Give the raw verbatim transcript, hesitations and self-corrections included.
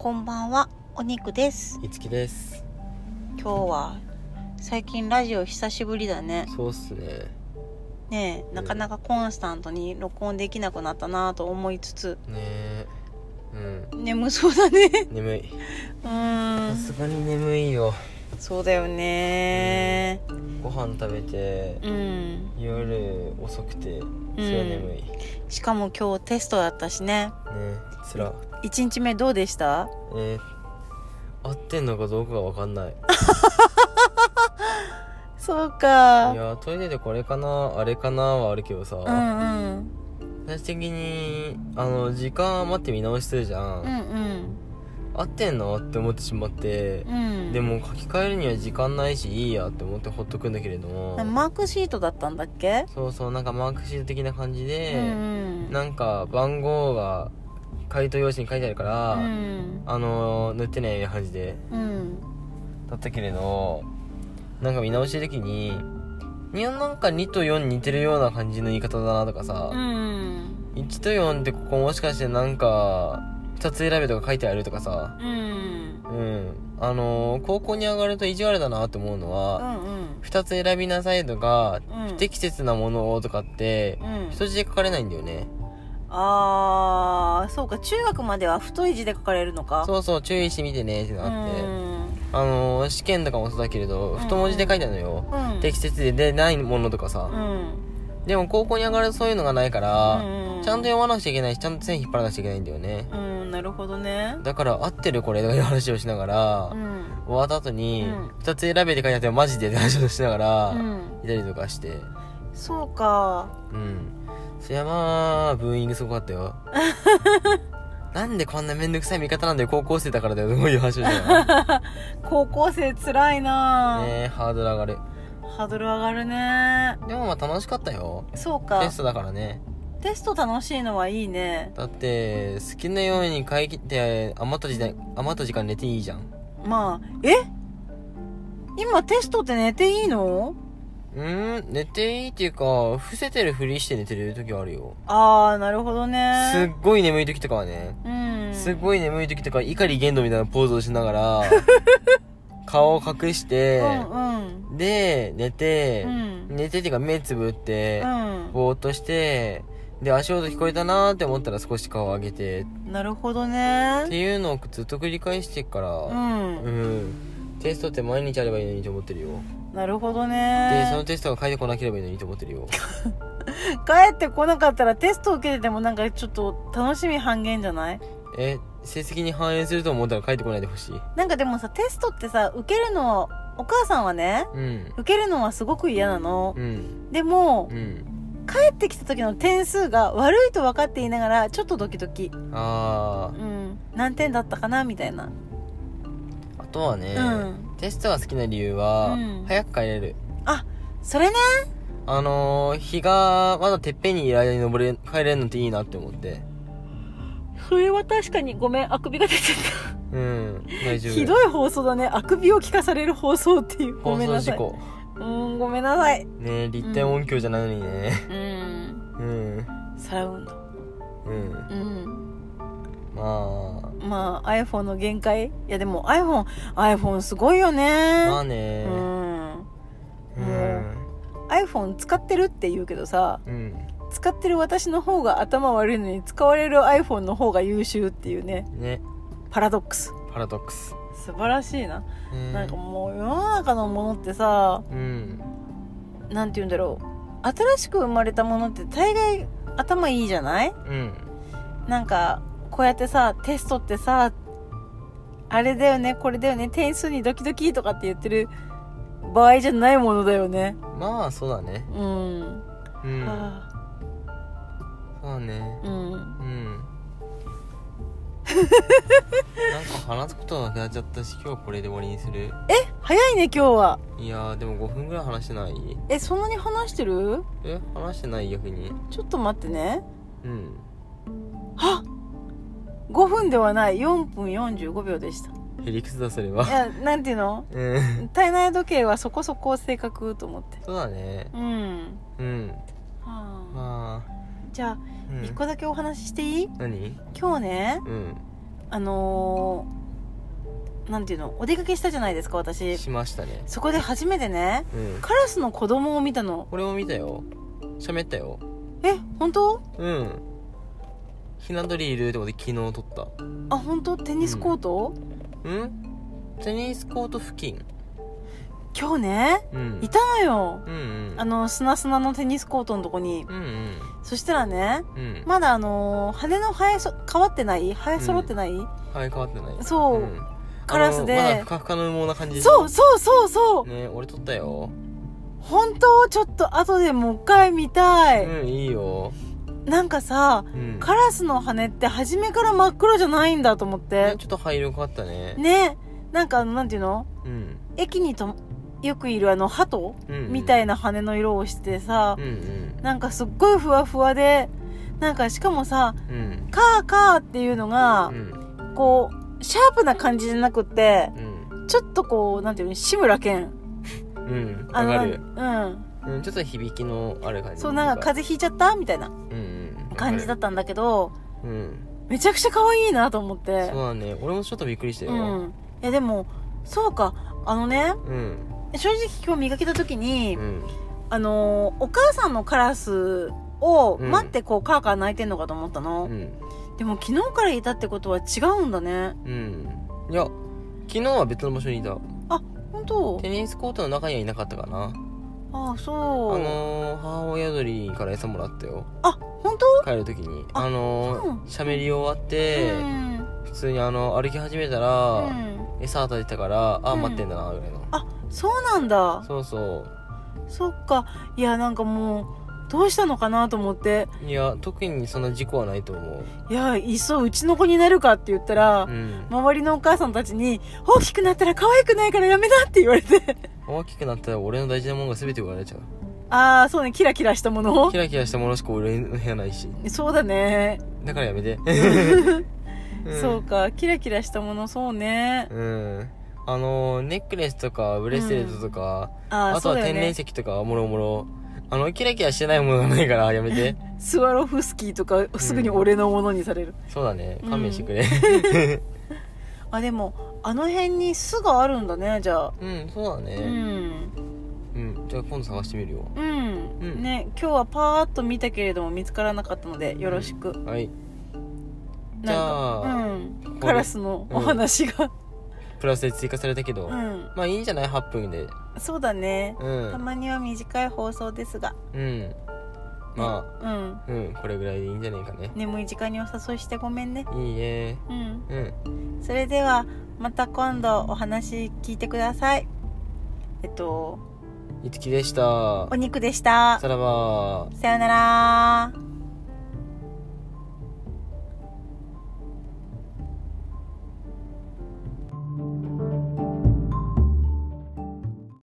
こんばんは、お肉です。 いつきです。 今日は最近ラジオ久しぶりだね。 そうっすね。 ねえ、なかなかコンスタントに録音できなくなったなと思いつつ、 ねえ、うん。 眠そうだね。 眠い。 うーん。 さすがに眠いよ。 そうだよね、 うん、ご飯食べて、 うん、 夜遅くて、それは眠い、うん、 しかも今日テストだったしね。 ね、つら。 いちにちめどうでした？ えー、合ってんのかどうかが分かんない。 そうか。 いや、トイレでこれかなあれかなはあるけどさ、 うんうん、 最終的にあの時間余って見直してるじゃん、 うんうん、 合ってんのって思ってしまって、うん、でも書き換えるには時間ないしいいやって思ってほっとくんだけれども、 マークシートだったんだっけ？ そうそう、なんかマークシート的な感じで、 うんうん、なんか番号が回答用紙に書いてあるから、うん、あの塗ってない感じで、うん、だったけれど、なんか見直し時にいや、なんかにとよん似てるような感じの言い方だなとかさ、うん、いちとよんってここもしかしてなんかふたつ選べとか書いてあるとかさ、うん、うん、あのー、高校に上がると意地悪だなって思うのは、うんうん、ふたつ選びなさいとか、うん、不適切なものをとかって、うん、太字で書かれないんだよね。 あー、そうか、中学までは太い字で書かれるのか。 そうそう、注意してみてねってなって、うん、あのー、試験とかもそうだけれど、うん、太文字で書いてあるのよ、うん、適切で出ないものとかさ、うん、でも高校に上がるとそういうのがないから、うん、ちゃんと読まなくちゃいけないし、ちゃんと線引っ張らなくちゃいけないんだよね。うん、なるほどね。だから合ってるこれとかいう話をしながら、うん、終わった後に、うん、ふたつ選べて書いてあってマジでって話をしながら、うん、いたりとかして。 そうか。 うん。そりゃまあ、ブーイングすごかったよ。なんでこんなめんどくさい見方なんだよ、高校生だからだよ、どういう話をしたの。 高校生つらいなねえ、ハードル上がる。 ハードル上がるね。 でもまあ楽しかったよ。 そうか。 テストだからね。 テスト楽しいのはいいね。 だって好きなように書いて余った時間余った時間寝ていいじゃん。 まあ、え今テストって寝ていいの？ うーん、寝ていいっていうか、伏せてるふりして寝てる時あるよ。 あー、なるほどね。 すっごい眠い時とかはね、うん、すっごい眠い時とか怒り言動みたいなポーズをしながら顔を隠して、うんうん、で寝て、うん、寝てっていうか目つぶって、うん、ぼーっとして、で足音聞こえたなーって思ったら少し顔を上げて、 なるほどねっていうのをずっと繰り返してっから、うん、うん、テストって毎日あればいいのにと思ってるよ。 なるほどね。 でそのテストが返ってこなければいいのにと思ってるよ。 帰ってこなかったらテスト受けててもなんかちょっと楽しみ半減じゃない？ え、成績に反映すると思ったら帰ってこないでほしい。 なんかでもさ、テストってさ、受けるの、お母さんはね、うん、受けるのはすごく嫌なの、うん、でも、うん、帰ってきた時の点数が悪いと分かっていながらちょっとドキドキ。あー、うん、何点だったかなみたいな。 あとはね、うん、テストが好きな理由は、うん、早く帰れる。 あ、それね。 あのー、日がまだてっぺんにいる間に登れ帰れるのっていいなって思って。 それは確かに。ごめん、あくびが出てた。 うん、大丈夫。 ひどい放送だね。あくびを聞かされる放送っていう。ごめんなさい。 放送事故。うん、ごめんなさい。 ねえ、立体音響じゃないのにね。うん。 うん。サラウンド。うん。うん。まあ。まあ、iPhone の限界。いやでも iPhone、iPhone すごいよね。 まあね。うん。 もう、iPhone 使ってるって言うけどさ、うん、使ってる私の方が頭悪いのに使われる iPhone の方が優秀っていうね。ね。パラドックス。 パラドックス。 素晴らしいな。なんかもう世の中のものってさ、うん、なんて言うんだろう。新しく生まれたものって大概頭いいじゃない？うん。なんかこうやってさ、テストってさ、あれだよね、これだよね、点数にドキドキとかって言ってる場合じゃないものだよね。 まあそうだね。うん。うん。 はあ、 そうだね。うん。うん。なんか話すことなくなっちゃったし、今日はこれで終わりにする？ え、早いね今日は。 いやーでもごふんぐらい話してない？ え、そんなに話してる？ え、話してない？逆にちょっと待ってね。うん。はっ、ごふんではない、よんぷんよんじゅうごびょうでした。 へりくつだそれは。 いや、なんていうの、うん、体内時計はそこそこ正確と思って。 そうだね。うんうん。 はあ、まあじゃあ、うん、一個だけお話ししていい？ 何？ 今日ね、うん、あのなんていうの、お出かけしたじゃないですか、私。 しましたね。 そこで初めてね、 うん、 カラスの子供を見たの。 俺も見たよ。喋ったよ。 え、本当？ うん。ひな鳥いるってことで昨日撮った。 あ、本当？テニスコート？ うん、うん、テニスコート付近。 今日ね、うん、いたのよ、うんうん、あの砂砂のテニスコートのとこに、うんうん、そしたらね、うん、まだあのー、羽の生えそ変わってない生え揃ってない、うん、 はい、変わってない。 そう、うん、カラスでまだふかふかの羽毛な感じで。 そうそうそうそうね、俺撮ったよ。 本当？ちょっと後でもう一回見たい。 うん、いいよ。 なんかさ、うん、カラスの羽って初めから真っ黒じゃないんだと思って、 ね、ちょっと灰色変わったね。 ね、なんかなんていうの、 うん、 駅にとよくいるあの鳩、うんうん、みたいな羽の色をしてさ、うんうん、なんかすっごいふわふわで、なんかしかもさ、うん、カーカーっていうのが、うん、こうシャープな感じじゃなくって、うん、ちょっとこうなんていうの、志村けん、 うん、わかる。 うん、 うん、ちょっと響きのある感じ。 そう、なんか風邪ひいちゃったみたいな感じだったんだけど、うん、めちゃくちゃ可愛いなと思って。 そうだね、俺もちょっとびっくりしたよ。 うん、いやでもそうか、あのね、うん、正直今日見かけた時に、うん、あのー、お母さんのカラスを待ってこうカーカー鳴いてんのかと思ったの、うん、でも昨日からいたってことは違うんだね。 うん、いや昨日は別の場所にいた。 あ、本当？ テニスコートの中にはいなかったかな。 ああ、そう。 あのー、母親鳥から餌もらったよ。 あ、本当？ 帰る時にあ、あのー、しゃべり終わって、うん、普通にあの歩き始めたら、うん、餌与えてたから、あ、うん、待ってんだなぐらいの。 あ、そうなんだ。 そうそう。 そっか。いや、なんかもうどうしたのかなと思って。 いや、特にそんな事故はないと思う。 いや、いっそうちの子になるかって言ったら、うん、周りのお母さんたちに大きくなったら可愛くないからやめなって言われて。 大きくなったら俺の大事なものが全て奪われちゃう。 ああ、そうね、キラキラしたもの。 キラキラしたものしか俺の部屋ないし。 そうだね。 だからやめて。 うん、そうか、キラキラしたもの、そうね。 うん。あのネックレスとかブレスレットとか、うん、あ, あとは天然石とかもろもろ、あのキラキラしてないものがないからやめて。 スワロフスキーとかすぐに俺のものにされる、 うん、そうだね、勘弁してくれ。 うん、あ、でもあの辺に巣があるんだね、じゃあ。 うん、そうだね。うん、うん、じゃあ今度探してみるよ。 うん、うん、ね、今日はパーッと見たけれども見つからなかったのでよろしく、うん、 はい。じゃあ、うん、 カラスのお話が、うん、 プラスで追加されたけど、うん、まあいいんじゃない、はっぷんで。 そうだね、うん、たまには短い放送ですが、 うん、まあ、うん、うん、これぐらいでいいんじゃないかね。 眠い時間にお誘いしてごめんね。 いいえ。 うん、うん、それではまた今度お話聞いてください。えっといつきでした。 お肉でした。 さらば。 さよなら。